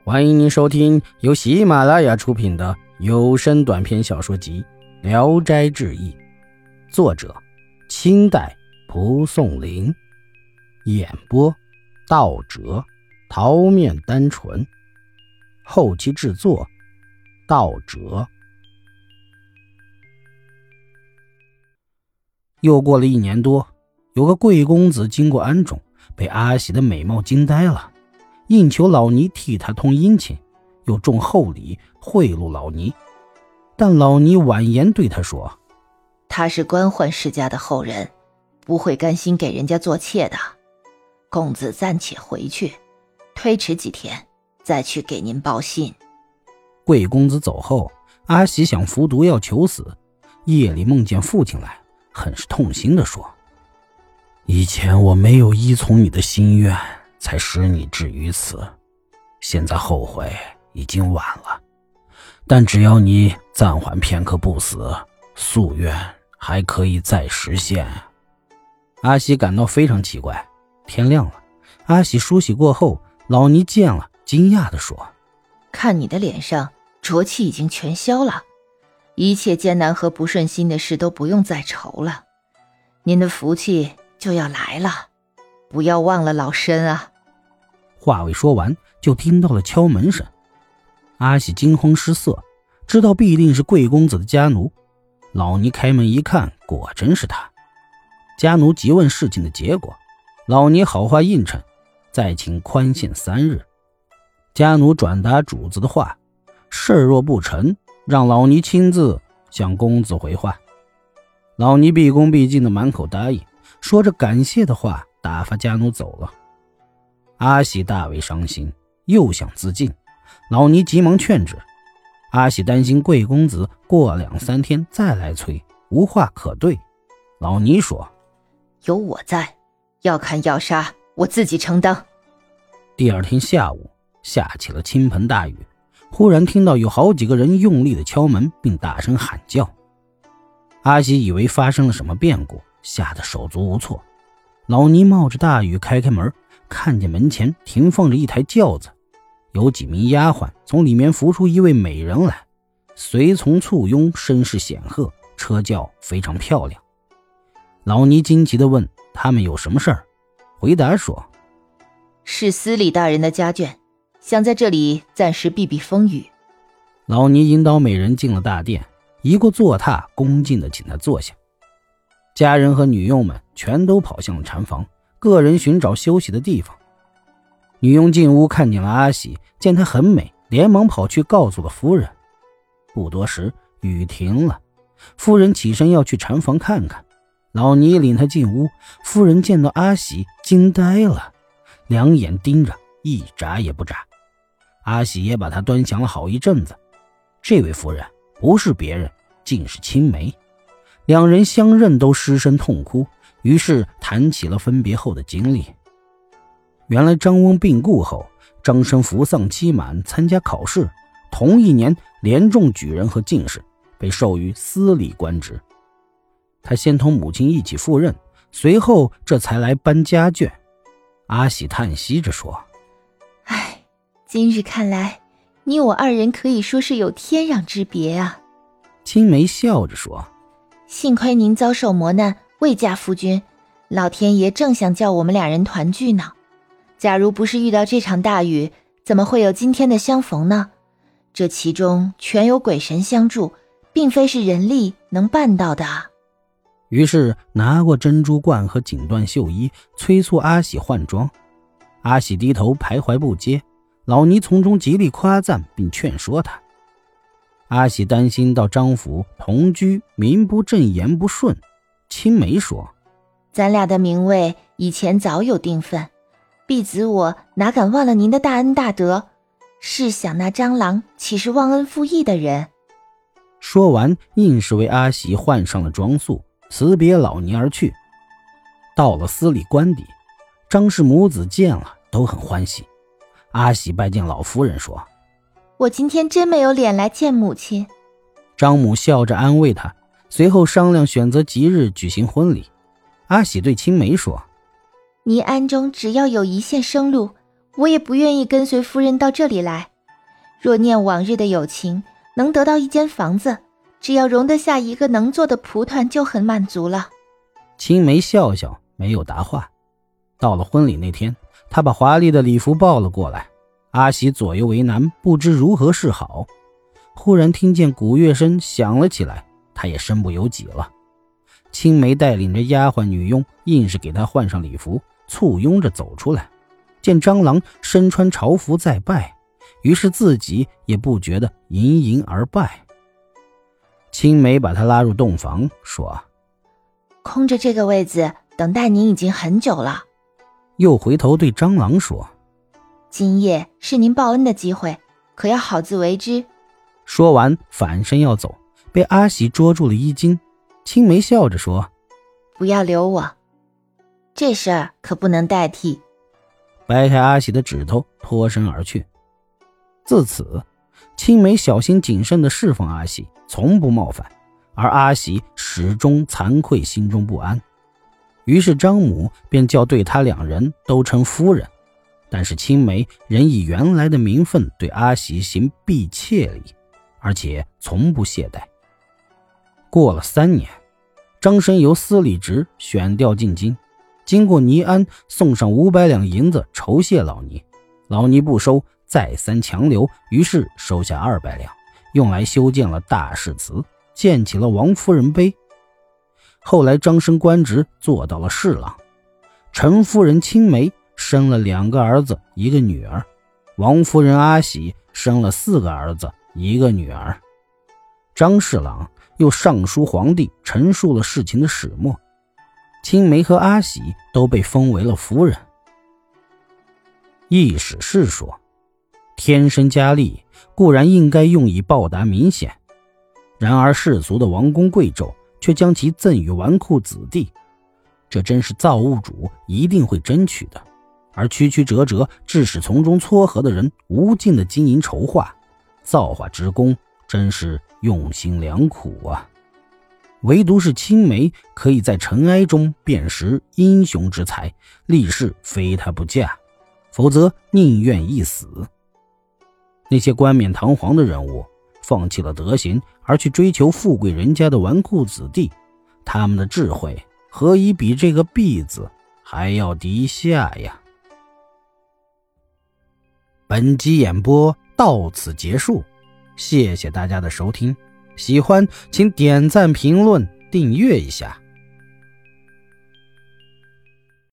欢迎您收听由喜马拉雅出品的有声短篇小说集《聊斋志异》，作者清代蒲松龄，演播道哲、桃面单纯，后期制作道哲。又过了1年多，有个贵公子经过安种，被阿喜的美貌惊呆了，应求老尼替他通姻亲，又重厚礼贿赂老尼。但老尼婉言对他说， 他是官宦世家的后人，不会甘心给人家做妾的。公子暂且回去，推迟几天再去给您报信。 贵公子走后，阿喜想服毒药求死，夜里梦见父亲来，很是痛心地说，以前我没有依从你的心愿，才使你至于此，现在后悔已经晚了，但只要你暂缓片刻不死，夙愿还可以再实现。阿喜感到非常奇怪。天亮了，阿喜梳洗过后，老尼见了，惊讶地说， 看你的脸上浊气已经全消了，一切艰难和不顺心的事都不用再愁了，您的福气就要来了，不要忘了老身啊。 话未说完，就听到了敲门声。阿喜惊慌失色，知道必定是贵公子的家奴。老尼开门一看，果真是他。家奴急问事情的结果，老尼好话应承，再请宽限3日。家奴转达主子的话，事若不成，让老尼亲自向公子回话。老尼毕恭毕敬的满口答应，说着感谢的话，打发家奴走了。阿喜大为伤心，又想自尽，老尼急忙劝止。阿喜担心贵公子过2-3天再来催，无话可对。老尼说， 有我在，要砍要杀我自己承担。 第二天下午下起了倾盆大雨，忽然听到有好几个人用力的敲门，并大声喊叫。阿喜以为发生了什么变故，吓得手足无措。老尼冒着大雨开门，看见门前停放着一台轿子，有几名丫鬟从里面扶出一位美人来，随从簇拥，声势显赫，车轿非常漂亮。老尼惊奇地问他们有什么事儿，回答说， 是司礼大人的家眷，想在这里暂时避避风雨。 老尼引导美人进了大殿，移过坐榻，恭敬地请她坐下。家人和女佣们全都跑向了禅房，个人寻找休息的地方。女佣进屋看见了阿喜，见她很美，连忙跑去告诉了夫人。不多时，雨停了，夫人起身要去禅房看看。老尼领她进屋，夫人见到阿喜惊呆了，两眼盯着，一眨也不眨。阿喜也把她端详了好一阵子。这位夫人不是别人，竟是青梅。两人相认都失声痛哭，于是谈起了分别后的经历。原来张翁病故后，张生服丧期满，参加考试，同一年连中举人和进士，被授予司礼官职。他先同母亲一起赴任，随后这才来搬家眷。阿喜叹息着说， 唉，今日看来你我2人可以说是有天壤之别啊。 青梅笑着说， 幸亏您遭受磨难，未嫁夫君，老天爷正想叫我们2人团聚呢。假如不是遇到这场大雨，怎么会有今天的相逢呢？这其中全有鬼神相助，并非是人力能办到的。 于是拿过珍珠罐和锦缎绣衣，催促阿喜换装。阿喜低头徘徊不接，老尼从中极力夸赞并劝说他。阿喜担心到张府同居，名不正言不顺。青梅说， 咱俩的名位以前早有定分，婢子我哪敢忘了您的大恩大德，试想那张郎岂是忘恩负义的人。 说完硬是为阿喜换上了装束，辞别老尼而去。到了司礼官邸，张氏母子见了都很欢喜。阿喜拜见老夫人说， 我今天真没有脸来见母亲。 张母笑着安慰他，随后商量选择吉日举行婚礼。阿喜对青梅说， 您庵中只要有一线生路，我也不愿意跟随夫人到这里来。 若念往日的友情，能得到一间房子，只要容得下一个能做的蒲团就很满足了。 青梅笑笑，没有答话。到了婚礼那天，她把华丽的礼服抱了过来。阿喜左右为难，不知如何是好。忽然听见鼓乐声响了起来，她也身不由己了。青梅带领着丫鬟女佣，硬是给她换上礼服，簇拥着走出来。见张郎身穿朝服在拜，于是自己也不觉得盈盈而拜。青梅把他拉入洞房，说： 空着这个位子，等待您已经很久了。 又回头对张郎说： 今夜是您报恩的机会，可要好自为之。 说完反身要走，被阿喜捉住了衣襟。青梅笑着说： 不要留我，这事儿可不能代替。 掰开阿喜的指头，脱身而去。自此，青梅小心谨慎地侍奉阿喜，从不冒犯，而阿喜始终惭愧，心中不安。于是张母便叫对他两人都称夫人，但是青梅仍以原来的名分对阿喜行婢妾礼，而且从不懈怠。过了3年，张生由司礼职选调进京，经过倪安送上500两银子酬谢老倪，老倪不收，再三强留，于是收下200两，用来修建了大士祠，建起了王夫人碑。后来张生官职做到了侍郎，陈夫人青梅生了2个儿子1个女儿，王夫人阿喜生了4个儿子1个女儿。张侍郎又上书皇帝，陈述了事情的始末。青梅和阿喜都被封为了夫人。易史是说，天生佳丽固然应该用以报答民显，然而世俗的王公贵胄却将其赠与纨绔子弟，这真是造物主一定会争取的。而曲曲折折致使从中撮合的人无尽的经营筹划，造化之功真是用心良苦啊。唯独是青梅可以在尘埃中辨识英雄之才，立誓非他不嫁，否则宁愿一死。那些冠冕堂皇的人物放弃了德行而去追求富贵人家的纨绔子弟，他们的智慧何以比这个婢字还要低下呀？本集演播到此结束，谢谢大家的收听，喜欢请点赞评论订阅一下。